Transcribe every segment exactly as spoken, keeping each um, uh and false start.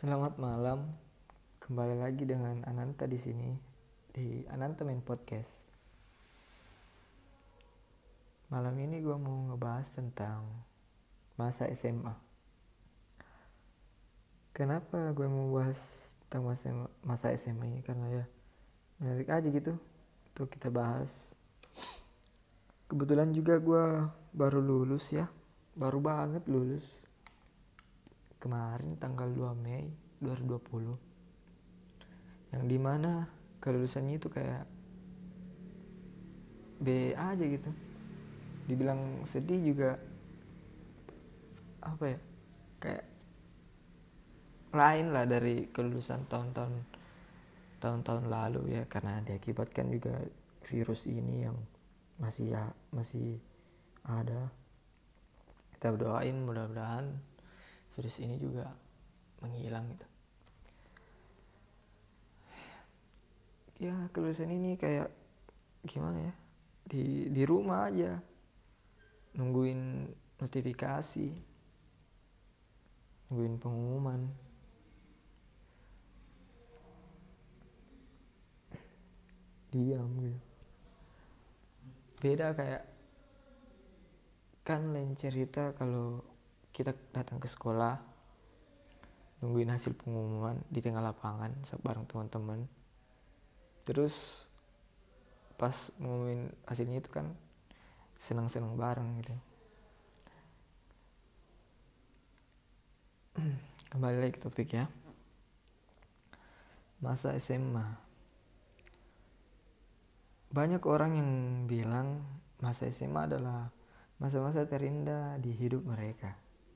Selamat malam. Kembali lagi dengan Ananta di sini di Ananta Main Podcast. Malam ini gue mau ngebahas tentang masa S M A. Kenapa gue mau bahas tentang masa, masa S M A ini? Karena ya menarik aja gitu untuk kita bahas. Kebetulan juga gue baru lulus ya, baru banget lulus kemarin tanggal dua Mei dua ribu dua puluh. Yang dimana kelulusannya itu kayak B aja gitu. Dibilang sedih juga apa ya, kayak lain lah dari kelulusan tahun-tahun tahun-tahun lalu ya, karena diakibatkan juga virus ini yang masih ya masih ada. Kita berdoain mudah-mudahan virus ini juga menghilang gitu. Ya kelulusan ini kayak gimana ya, di di rumah aja nungguin notifikasi, nungguin pengumuman. Diam gitu. Beda kayak kan lain cerita kalau kita datang ke sekolah nungguin hasil pengumuman di tengah lapangan bareng teman-teman. Terus pas ngumumin hasilnya itu kan senang-senang bareng gitu. Kembali lagi ke topik ya. Masa S M A. Banyak orang yang bilang masa S M A adalah masa-masa terindah di hidup mereka.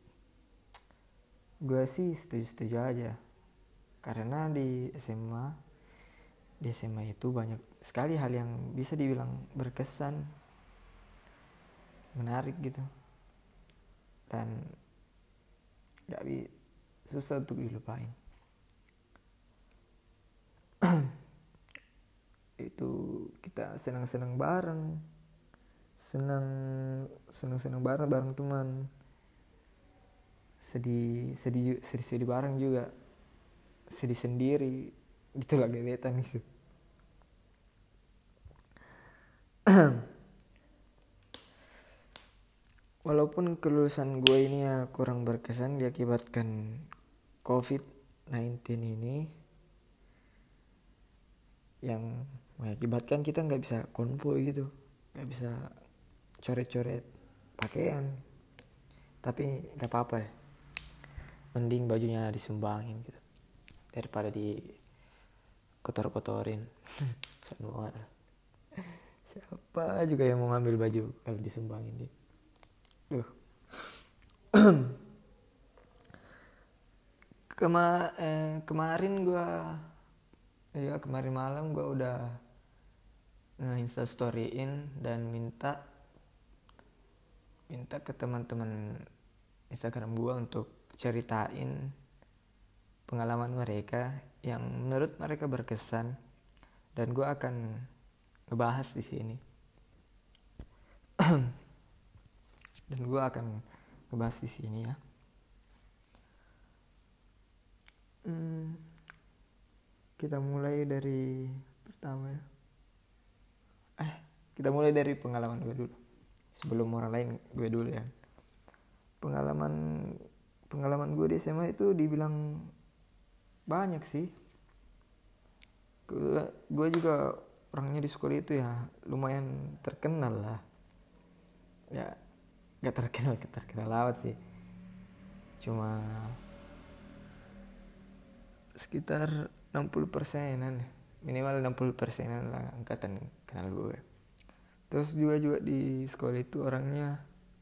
Gue sih setuju-setuju aja. Karena di S M A, di S M A itu banyak sekali hal yang bisa dibilang berkesan, menarik gitu. Dan gak bisa, susah untuk dilupain. Itu kita senang-senang bareng, senang senang-senang bareng bareng teman, sedih sedih sedih sedih bareng juga, sedih sendiri, itulah gebetan itu. Walaupun kelulusan gue ini ya kurang berkesan diakibatkan covid sembilan belas ini, yang mengakibatkan kita nggak bisa kumpul gitu, nggak bisa coret-coret pakaian. Tapi nggak apa-apa deh, mending bajunya disumbangin gitu daripada di kotor-kotorin. Siapa juga yang mau ngambil baju kalau disumbangin dia. Duh. Kema eh, kemarin gue ya kemarin malam gue udah nge-insta storyin dan minta minta ke teman-teman Instagram gue untuk ceritain pengalaman mereka yang menurut mereka berkesan, dan gue akan ngebahas di sini. Dan gue akan ngebahas di sini ya. Hmm, kita mulai dari pertama ya. Eh, kita mulai dari pengalaman gue dulu. Sebelum orang lain, gue dulu ya. Pengalaman pengalaman gue di S M A itu dibilang banyak sih. Gue, gue juga orangnya di sekolah itu ya lumayan terkenal lah. Ya, gak terkenal terkenal amat sih. Cuma sekitar enam puluh persenan, minimal enam puluh persenan lah angkatan kenal gue. Terus juga juga di sekolah itu orangnya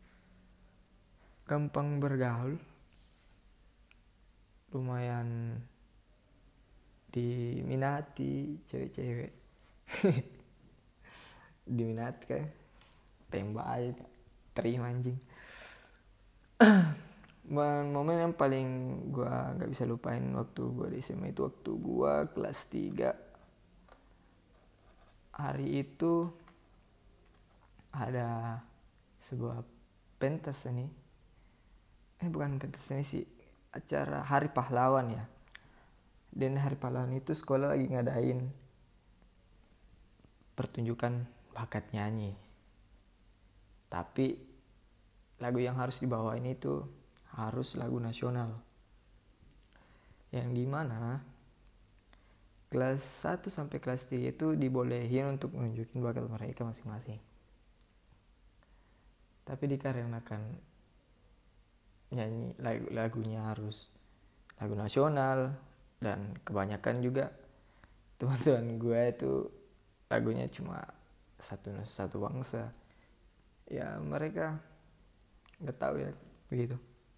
gampang bergaul, lumayan diminati cewek-cewek. Diminati kayak tembak aja, terima anjing. Momen yang paling gue gak bisa lupain waktu gue di S M A itu waktu gue kelas tiga. Hari itu ada sebuah pentas seni, eh bukan pentas seni sih, acara Hari Pahlawan ya, Dan hari pahlawan itu sekolah lagi ngadain pertunjukan bakat nyanyi. Tapi lagu yang harus dibawain itu harus lagu nasional. Yang dimana kelas satu sampai kelas tiga itu dibolehin untuk menunjukin bakat mereka masing-masing. Tapi dikarenakan nyanyi lagu-lagunya harus lagu nasional, dan kebanyakan juga teman-teman gue itu lagunya cuma satu satu bangsa, ya mereka nggak tahu ya begitu.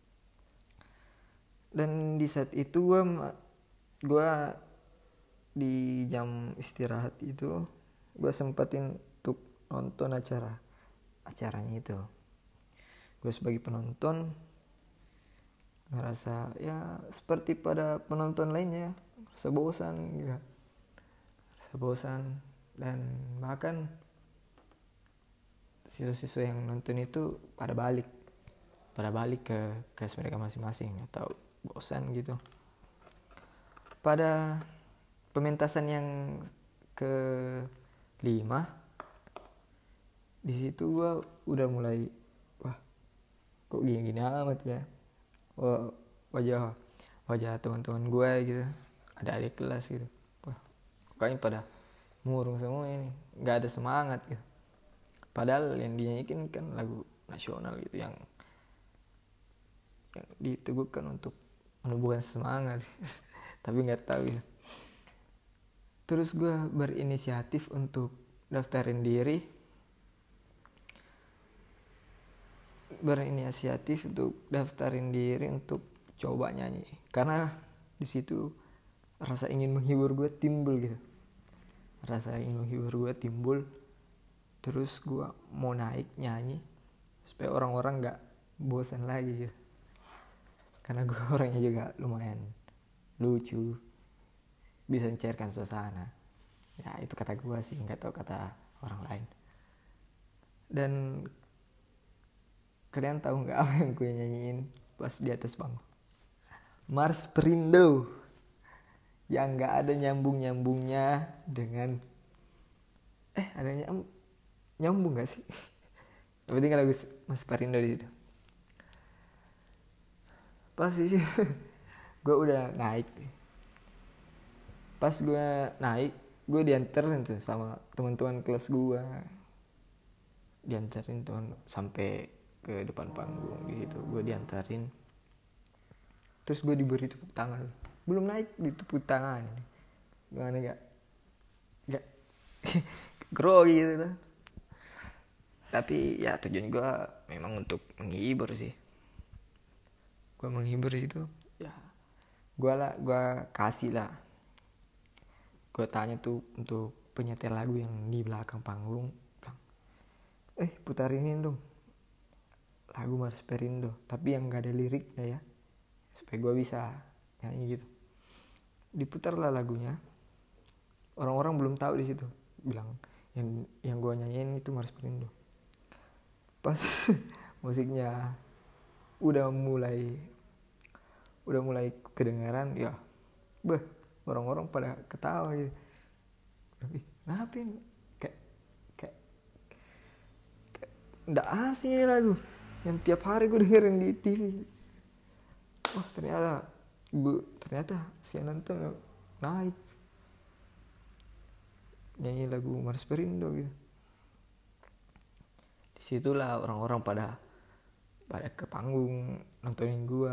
Dan di saat itu gue gue di jam istirahat itu gue sempetin untuk nonton acara acaranya itu. Gue sebagai penonton ngerasa ya seperti pada penonton lainnya, rasa bosan gitu. Rasa bosan, dan bahkan siswa-siswa yang nonton itu pada balik pada balik ke kelas mereka masing-masing atau bosan gitu. Pada pementasan yang ke lima, di situ gue udah mulai wah kok gini-gini amat ya. Wah, wajah wajah teman-teman gue gitu, ada adik kelas gitu, wah kayaknya pada murung semua ini, nggak ada semangat gitu. Padahal yang dinyanyikan kan lagu nasional gitu, yang yang diteguhkan untuk menumbuhkan semangat. Tapi nggak tahu ya. Terus gue berinisiatif untuk daftarin diri, berinisiatif untuk daftarin diri untuk coba nyanyi, karena di situ rasa ingin menghibur gue timbul gitu. Rasa ingin menghibur gue timbul. Terus gue mau naik nyanyi supaya orang-orang nggak bosan lagi gitu. Karena gue orangnya juga lumayan lucu, bisa mencairkan suasana. Ya itu kata gue sih, nggak tahu kata orang lain. Dan kalian tahu nggak apa yang gue nyanyiin pas di atas panggung? Mars Perindo, yang nggak ada nyambung-nyambungnya dengan eh ada nyambung nyambung nggak sih? Yang penting lagu Mars Perindo di situ. Pas sih gue udah naik. Pas gue naik, gue dianterin tuh sama teman-teman kelas gue, dianterin teman sampai ke depan panggung di situ. Gue diantarin, terus gue diberi tepuk tangan. Belum naik ditepuk tangan, gimana gak gak grogi gitu. Tapi ya tujuan gue memang untuk menghibur sih. Gue menghibur itu ya, gue lah gue kasih lah. Gue tanya tuh untuk penyetel lagu yang di belakang panggung, eh putarin ini dong lagu Mars Perindo, tapi yang gak ada liriknya ya, supaya gue bisa nyanyi gitu. Diputar lah lagunya, orang-orang belum tahu di situ, bilang yang yang gue nyanyiin itu Mars Perindo. Pas musiknya udah mulai udah mulai kedengaran ya, beh orang-orang pada ketawa gitu. Ih, kenapa ini? Kayak kayak kayak nggak asing ini lagu yang tiap hari gue dengerin di T V. Wah ternyata gue ternyata si nonton naik nyanyi lagu Mars Perindo gitu. Disitulah orang-orang pada pada ke panggung nontonin gue.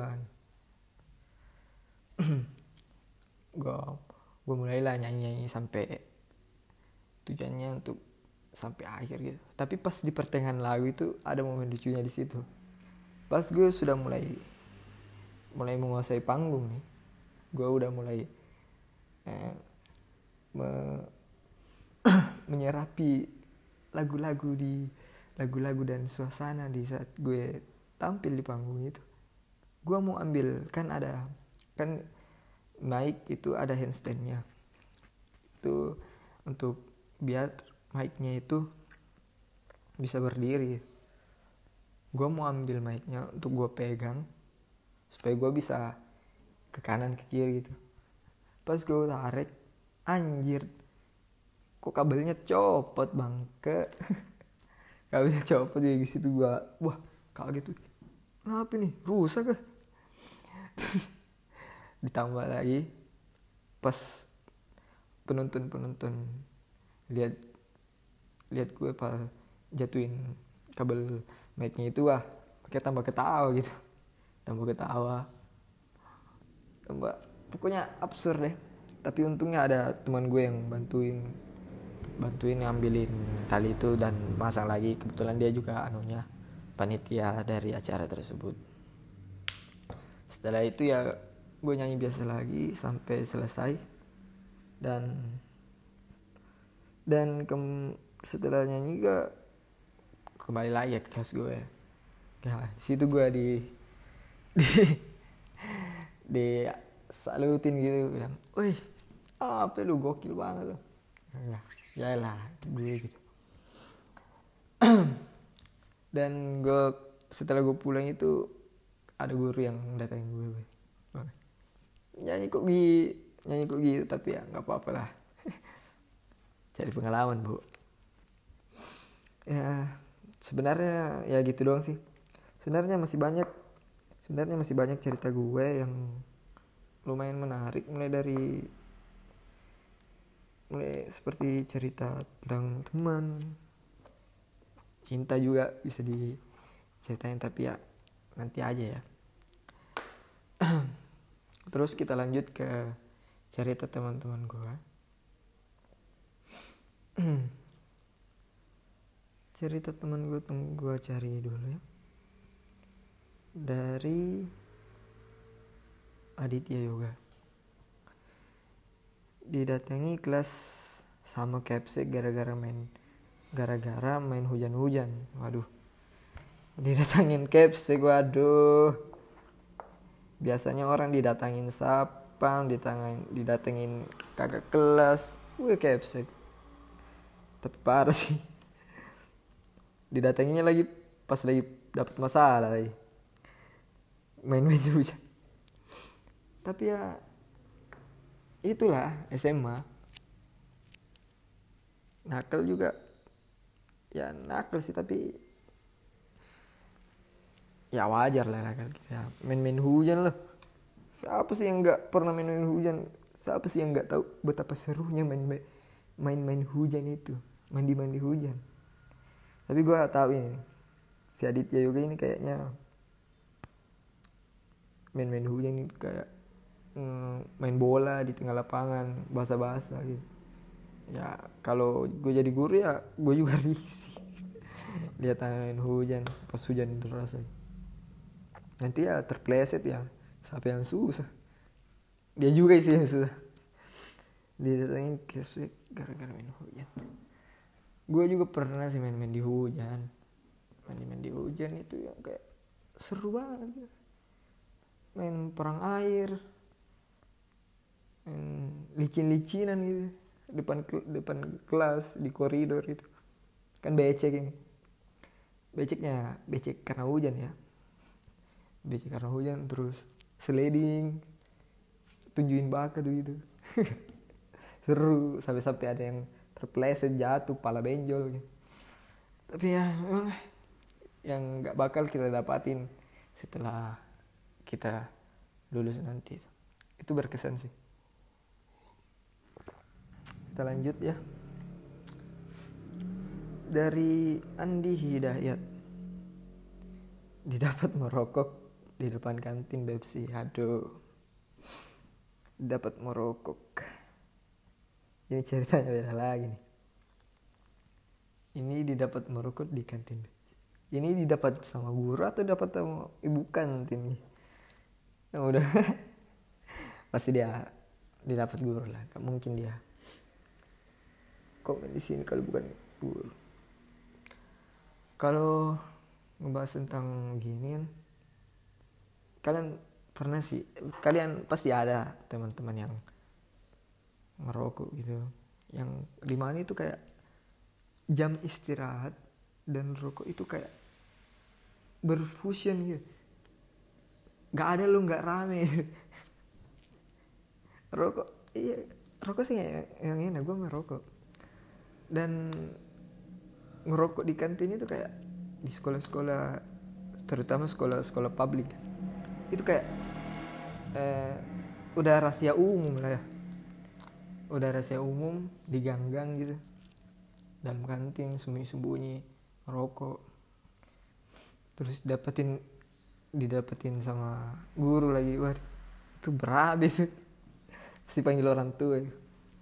gue gue mulailah nyanyi-nyanyi sampai tujuannya untuk sampai akhir gitu. Tapi pas di pertengahan lagu itu ada momen lucunya di situ. Pas gue sudah mulai mulai menguasai panggung nih, gue udah mulai eh, me, menyerapi lagu-lagu di lagu-lagu dan suasana di saat gue tampil di panggung itu. Gue mau ambil, kan ada kan mic itu ada handstandnya itu untuk biar mic-nya itu bisa berdiri. Gue mau ambil mic-nya untuk gue pegang supaya gue bisa ke kanan ke kiri gitu. Pas gue tarik, anjir, kok kabelnya copot bangke. Kabelnya copot di situ gue, wah kaget tuh. Kenapa nih, rusak kah? Ditambah lagi pas penonton penonton lihat lihat gue pas jatuhin kabel mic-nya itu, wah kayak tambah ketawa gitu, tambah ketawa, tambah pokoknya absurd deh. Tapi untungnya ada teman gue yang bantuin bantuin ngambilin tali itu dan masang lagi. Kebetulan dia juga anunya panitia dari acara tersebut. Setelah itu ya gue nyanyi biasa lagi sampai selesai. Dan dan ke, setelah nyanyi juga kembali lagi ke kelas gue. Nah, situ gue di di di salutin gitu, bilang, "Wih, apa lu gokil banget lu." Ya, yalah gue gitu. Dan gue setelah gue pulang itu ada guru yang datangin gue. Nyanyi kok gitu, nyanyi kok gitu, tapi ya nggak apa-apa lah. Cari pengalaman, Bu. Ya, sebenarnya ya gitu doang sih. Sebenarnya masih banyak, sebenarnya masih banyak cerita gue yang lumayan menarik, mulai dari mulai seperti cerita tentang teman, cinta juga bisa diceritain, tapi ya nanti aja ya. Terus kita lanjut ke cerita teman-teman gue. Cerita teman gue, gue cari dulu ya. Dari Aditya Yoga. Didatangi kelas sama Capsek gara-gara main gara-gara main hujan-hujan. Waduh. Didatangin Capsek, waduh. Biasanya orang didatangin sapam, didatangin didatengin kakak kelas. Wih, Capsek. Tapi parah sih. Didatanginnya lagi pas lagi dapat masalah lagi. Main-main hujan. Tapi ya itulah S M A. Nakal juga. Ya nakal sih, tapi ya wajar lah nakal kita. Main-main hujan lah. Siapa sih yang gak pernah main-main hujan? Siapa sih yang gak tahu betapa serunya main-main main-main hujan itu, mandi-mandi hujan. Tapi gue tahu ini, si Aditya Yoga ini kayaknya main-main hujan itu kayak mm, main bola di tengah lapangan, basah-basah gitu. Ya kalau gue jadi guru ya gue juga risih lihat main hujan pas hujan deras. Nanti ya terpleset ya, siapa yang susah? Dia juga sih yang susah. Dia datangin cashback gara-gara main hujan. Gue juga pernah sih main-main di hujan. Main-main di hujan itu yang kayak seru banget gitu. Main perang air, main licin-licinan gitu depan depan kelas di koridor itu. Kan becek ini. Beceknya becek karena hujan ya. Becek karena hujan, terus sliding, tunjukin bakat gitu. Seru, sampai-sampai ada yang terpleset jatuh pala benjol gitu. Tapi ya yang gak bakal kita dapatin setelah kita lulus nanti. Itu berkesan sih. Kita lanjut ya. Dari Andi Hidayat. Didapat merokok di depan kantin Pepsi. Aduh. Dapat merokok. Ini ceritanya beda lagi nih. Ini didapat merokok di kantin. Ini didapat sama guru atau dapat sama ibu kantin nih? Nah, udah pasti dia didapat guru lah. Gak mungkin dia kok di sini kalau bukan guru. Kalau ngebahas tentang ginian, kalian pernah sih, kalian pasti ada teman-teman yang ngerokok gitu, yang dimana itu kayak jam istirahat dan rokok itu kayak berfusion gitu. Gak ada lu gak rame. Rokok iya rokok sih yang, yang enak, gue ngerokok. Dan ngerokok di kantin itu kayak di sekolah-sekolah, terutama sekolah-sekolah publik, itu kayak eh, udah rahasia umum lah ya, udah rahasia umum di gang-gang gitu, dalam kantin sembunyi-sembunyi ngerokok, terus dapetin didapetin sama guru lagi. Wah itu berabe sih, pasti panggil orang tua ya.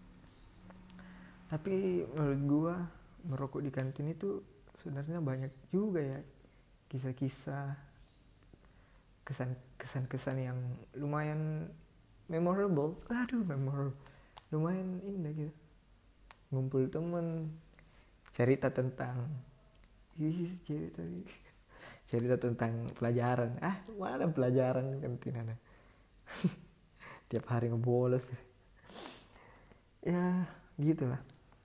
Tapi menurut gua merokok di kantin itu sebenarnya banyak juga ya kisah-kisah, kesan kesan-kesan yang lumayan memorable. Aduh memorable, lumayan indah gitu. Ngumpul temen, cerita tentang ih cerita cerita tentang pelajaran. Ah mana pelajaran kantin ada. Tiap hari ngebolos ya gitulah.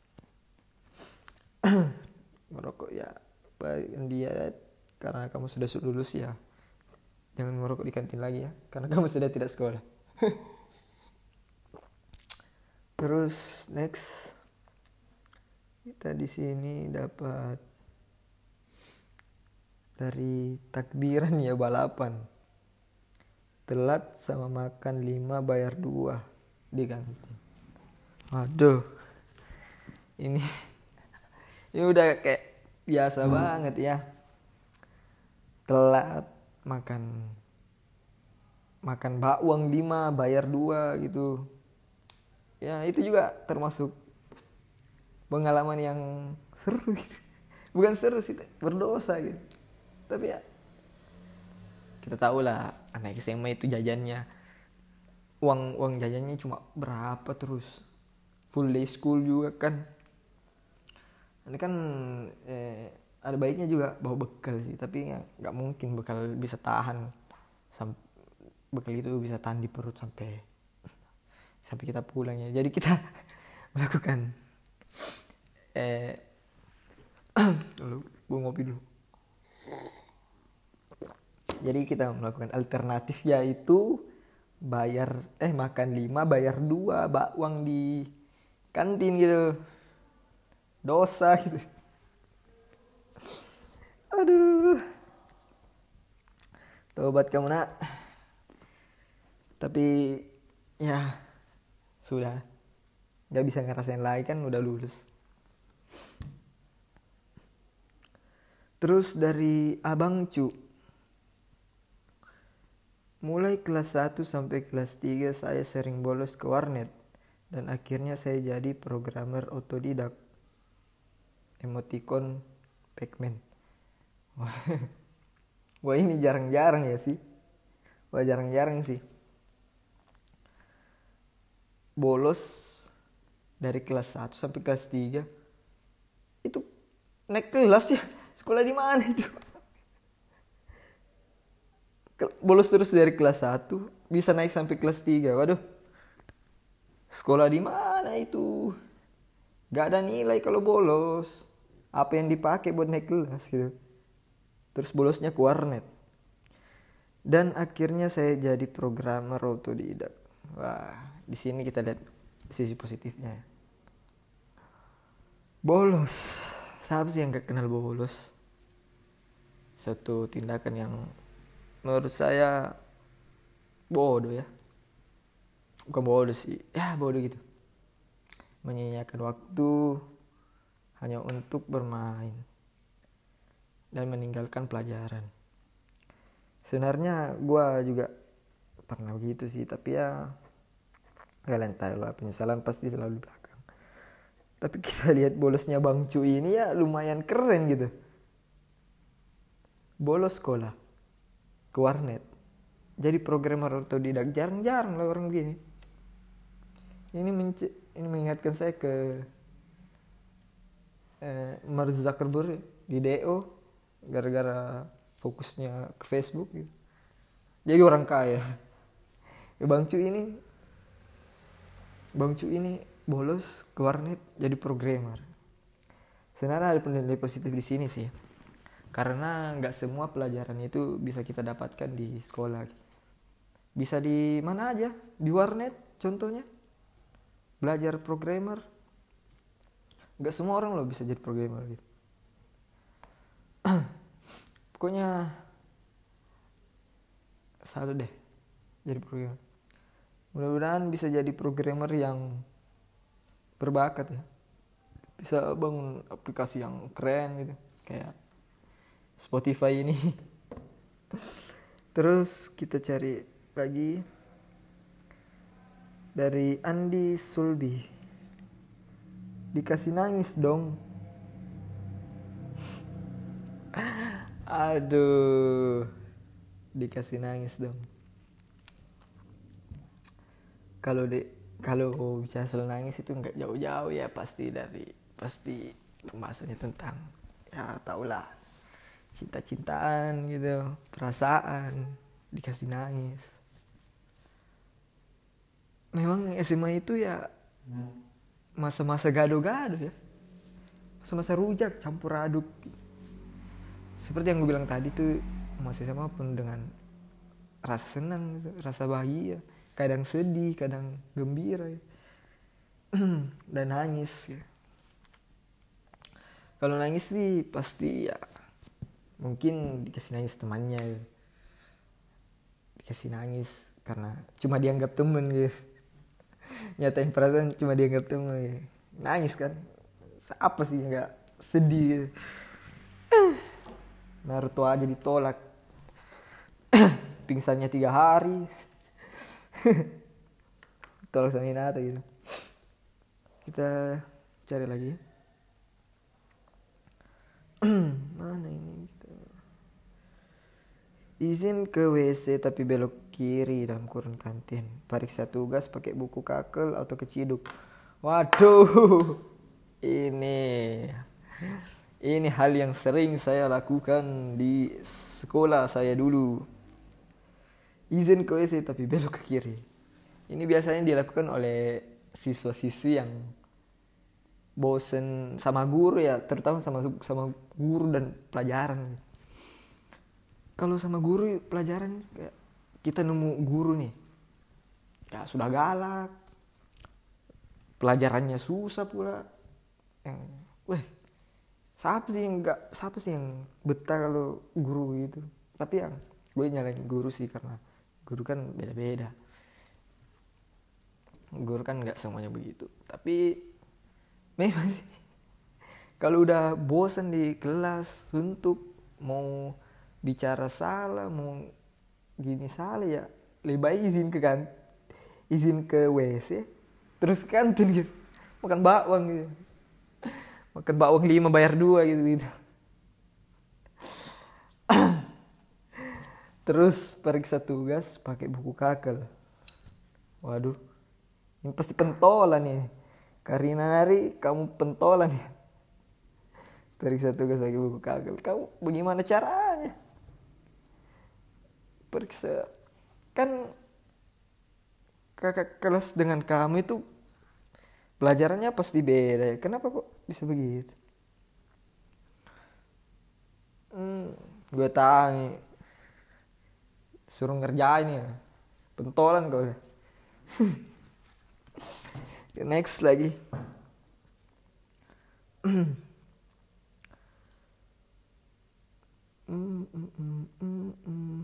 Merokok ya baik dia, karena kamu sudah lulus ya jangan merokok di kantin lagi ya, karena kamu sudah tidak sekolah. Terus next kita di sini dapat dari takbiran ya balapan, telat sama makan lima bayar dua di kantin. Aduh ini ini udah kayak biasa hmm. banget ya, telat makan makan bakwan lima bayar dua gitu ya. Itu juga termasuk pengalaman yang seru gitu. Bukan seru sih, berdosa gitu. Tapi ya kita tahu lah anak S M A itu jajannya, uang uang jajannya cuma berapa, terus full day school juga kan. Ini kan eh, ada baiknya juga bawa bekal sih, tapi ya nggak mungkin bekal bisa tahan sam- bekal itu bisa tahan di perut sampai sampai kita pulang ya. Jadi kita melakukan eh dulu gue ngopi dulu. Jadi kita melakukan alternatif, yaitu bayar eh makan lima bayar dua bakwan di kantin gitu. Dosa gitu. Aduh. Tobat kamu nak. Tapi ya sudah, gak bisa ngerasain lagi kan udah lulus. Terus dari Abang Cu, mulai kelas satu sampai kelas tiga saya sering bolos ke warnet, dan akhirnya saya jadi programmer otodidak. Emoticon Pac-Man. Wah ini jarang-jarang ya sih. Wah jarang-jarang sih. Bolos dari kelas satu sampai kelas tiga. Itu naik kelas ya. Sekolah di mana itu? Bolos terus dari kelas satu bisa naik sampai kelas tiga. Waduh. Sekolah di mana itu? Gak ada nilai kalau bolos. Apa yang dipakai buat naik kelas gitu. Terus bolosnya ke warnet. Dan akhirnya saya jadi programmer otodidak. Wah, di sini kita lihat sisi positifnya. Bolos. Siapa sih yang gak kenal bolos? Satu tindakan yang menurut saya bodoh ya. Bukan bodoh sih. Ya bodoh gitu. Menyia-nyiakan waktu hanya untuk bermain dan meninggalkan pelajaran. Sebenarnya gue juga pernah begitu sih, tapi ya kalian tahu lah, penyesalan pasti selalu di belakang. Tapi kita lihat bolosnya Bang Cu ini ya lumayan keren gitu. Bolos sekolah, ke warnet, jadi programmer otodidak. Jarang-jarang lah orang gini. Ini menc- ini mengingatkan saya ke eh, Mark Zuckerberg di D O gara-gara fokusnya ke Facebook gitu. Jadi orang kaya. Ya, Bang Cu ini Bang Cu ini bolos ke warnet jadi programmer. Sebenarnya ada nilai positif di sini sih. Karena nggak semua pelajaran itu bisa kita dapatkan di sekolah. Bisa di mana aja, di warnet contohnya. belajar programmer, nggak semua orang loh bisa jadi programmer gitu. Pokoknya salut deh jadi programmer. Mudah-mudahan bisa jadi programmer yang berbakat ya, bisa bangun aplikasi yang keren gitu kayak Spotify ini. Terus kita cari lagi dari Andi Sulbi, dikasih nangis dong. Aduh, dikasih nangis dong. Kalau di kalau bicara soal nangis itu nggak jauh-jauh ya, pasti dari pasti pembahasannya tentang ya taulah cinta-cintaan gitu, perasaan, dikasih nangis. Memang S M A itu ya masa-masa gado-gado ya, masa-masa rujak campur aduk. Seperti yang gue bilang tadi tuh, masih sama pun dengan rasa senang, rasa bahagia, kadang sedih, kadang gembira ya. Dan nangis ya. Kalau nangis sih pasti ya mungkin dikasih nangis temannya ya. Dikasih nangis karena cuma dianggap temen gitu. Nyatain perasaan cuma dianggap temen gitu. Nangis kan, apa sih nggak sedih gitu. Naruto aja ditolak. Pingsannya tiga hari. Tolak sama Hinata gitu. Kita cari lagi. Mana ini gitu. Izin ke W C tapi belok kiri dalam kurun kantin. Periksa tugas pakai buku kakel atau keciduk. Waduh. Ini Ini hal yang sering saya lakukan di sekolah saya dulu. Izin ke W C tapi belok ke kiri. Ini biasanya dilakukan oleh siswa-siswi yang bosen sama guru ya, terutama sama sama guru dan pelajaran. Kalau sama guru pelajaran kayak kita nemu guru nih, ya sudah galak, pelajarannya susah pula. Yang, weh, siapa sih yang nggak, siapa sih yang betah kalau guru gitu? Tapi yang gue nyalain guru sih karena guru kan beda-beda. Guru kan nggak semuanya begitu. Tapi memang sih kalau udah bosan di kelas, suntuk, mau bicara salah, mau gini salah ya lebih baik izin ke kan, izin ke W C, terus kantin gitu, makan bakwan gitu, makan bakwan lima bayar dua gitu gitu. Terus periksa tugas pakai buku kakel. Waduh, ini pasti pentolan nih. Karina Nari, kamu pentolan ya. Periksa tugas pakai buku kakel. Kamu bagaimana caranya? Periksa. Kan kakak kelas dengan kamu itu pelajarannya pasti beda ya. Kenapa kok bisa begitu? Hmm, gue tahu. Suruh ngerjain ya. Pentolan kau. Next lagi. mm, mm, mm, mm, mm.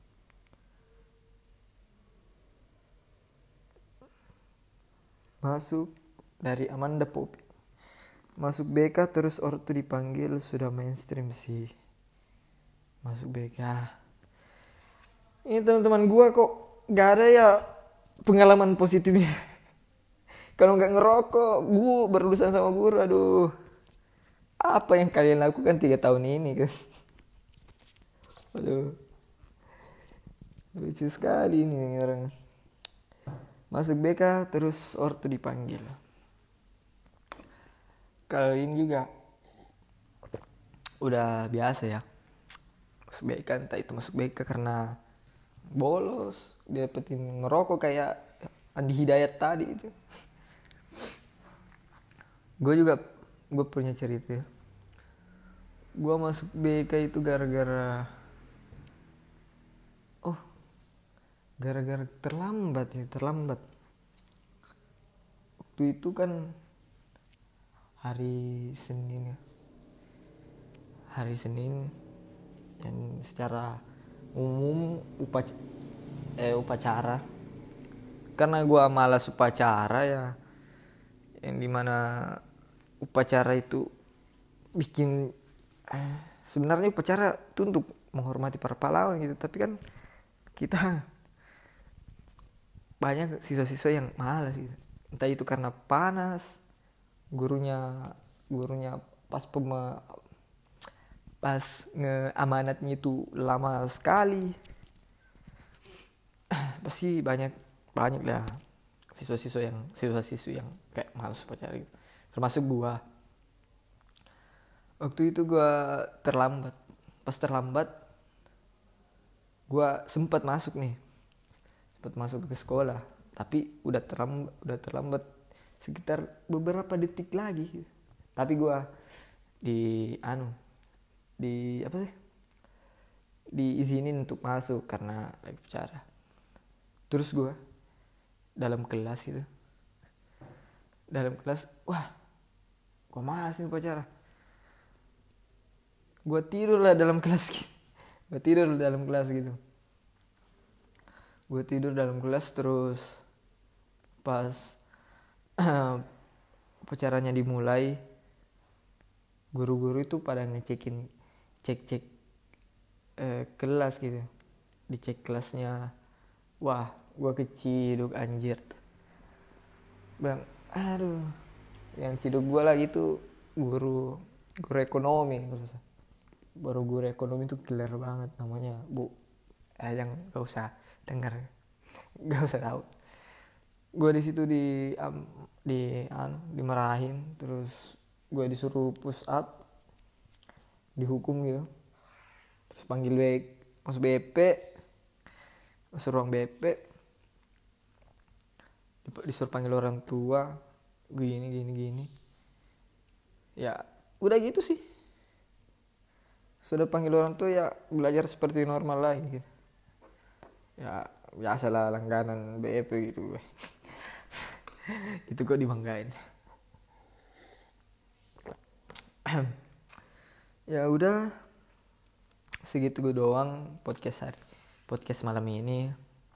Masuk dari Amanda Poppy. Masuk B K terus ortu dipanggil, sudah mainstream sih. Masuk B K. Ini teman-teman gue kok gak ada ya pengalaman positifnya. Kalau nggak ngerokok, bu berurusan sama guru, aduh, apa yang kalian lakukan tiga tahun ini kan? Aduh, lucu sekali ini orang. Masuk B K terus ortu dipanggil. Kalau ini juga udah biasa ya. Masuk B K, entah itu masuk B K karena bolos, dia dapetin ngerokok kayak Andi Hidayat tadi itu. Gue juga, gue punya cerita ya. Gue masuk B K itu gara-gara, oh, gara-gara terlambat ya, terlambat. Waktu waktu itu kan hari Senin ya. Hari Senin yang secara umum upac- eh, upacara. Karena gue malas upacara ya, yang dimana upacara itu bikin eh, sebenarnya upacara itu untuk menghormati para pahlawan gitu, tapi kan kita banyak siswa-siswa yang malas gitu. Entah itu karena panas, gurunya gurunya pas pema, pas ngeamanatnya itu lama sekali. Pasti banyak banyak lah siswa-siswa yang siswa-siswi yang kayak malas upacara gitu. Termasuk gua. Waktu itu gua terlambat. Pas terlambat gua sempat masuk nih. Sempat masuk ke sekolah, tapi udah terlambat, udah terlambat sekitar beberapa detik lagi. Tapi gua di anu di apa sih? Diizinin untuk masuk karena lagi bicara. Terus gue dalam kelas itu, dalam kelas, wah, gue malas nih upacara. Gue tidur lah dalam kelas gitu. Gue tidur dalam kelas gitu. Gue tidur dalam kelas terus pas upacaranya dimulai, guru-guru itu pada ngecekin, cek-cek eh, kelas gitu, dicek kelasnya. Wah, gue keciduk anjir. Bilang, aduh, yang ciduk gue lagi tuh guru guru ekonomi. Baru guru ekonomi tuh killer banget namanya Bu. Eh, yang gak usah dengar, gak usah tahu. Gue di situ di um, di anu dimarahin, terus gue disuruh push up, dihukum gitu, terus panggil baik masuk B P, masuk ruang B P, disuruh panggil orang tua, gini gini gini. Ya udah gitu sih. Sudah panggil orang tua ya belajar seperti normal lagi gitu. Ya biasalah langganan B P gitu. Itu kok dibanggain. Ya udah, segitu gue doang podcast hari podcast malam ini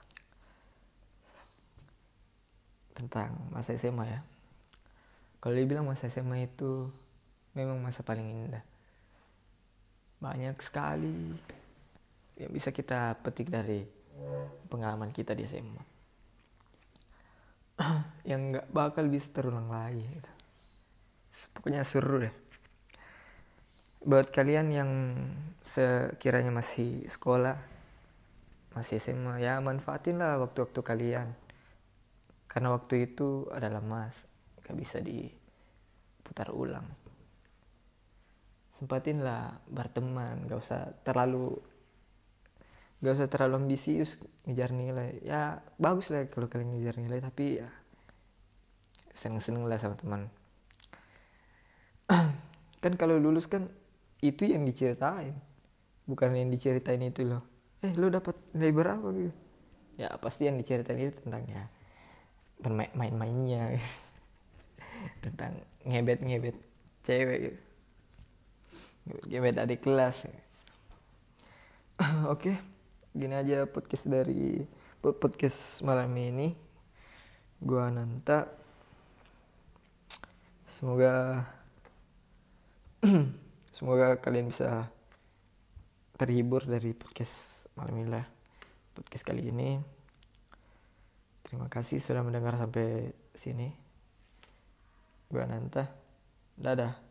tentang masa S M A ya. Kalau dibilang masa S M A itu memang masa paling indah. Banyak sekali yang bisa kita petik dari pengalaman kita di S M A. Yang gak bakal bisa terulang lagi gitu. Pokoknya seru deh. Buat kalian yang sekiranya masih sekolah, masih S M A, ya manfaatin lah waktu-waktu kalian. Karena waktu itu adalah emas, gak bisa diputar ulang. Sempatin lah berteman, gak usah terlalu gak usah terlalu ambisius ngejar nilai. Ya bagus lah kalau kalian ngejar nilai, tapi ya seneng-seneng lah sama teman. Kan kalau lulus kan itu yang diceritain, bukan yang diceritain itu loh. Eh lo dapat nilai berapa gitu? Ya pasti yang diceritain itu tentang ya bermain-mainnya, tentang ngebet-ngebet cewek gitu, ngebet adik kelas. Oke, gini aja podcast dari podcast malam ini. Gua Nanta. Semoga semoga kalian bisa terhibur dari podcast malam ini lah, podcast kali ini. Terima kasih sudah mendengar sampai sini. Gua Nanta. Dadah.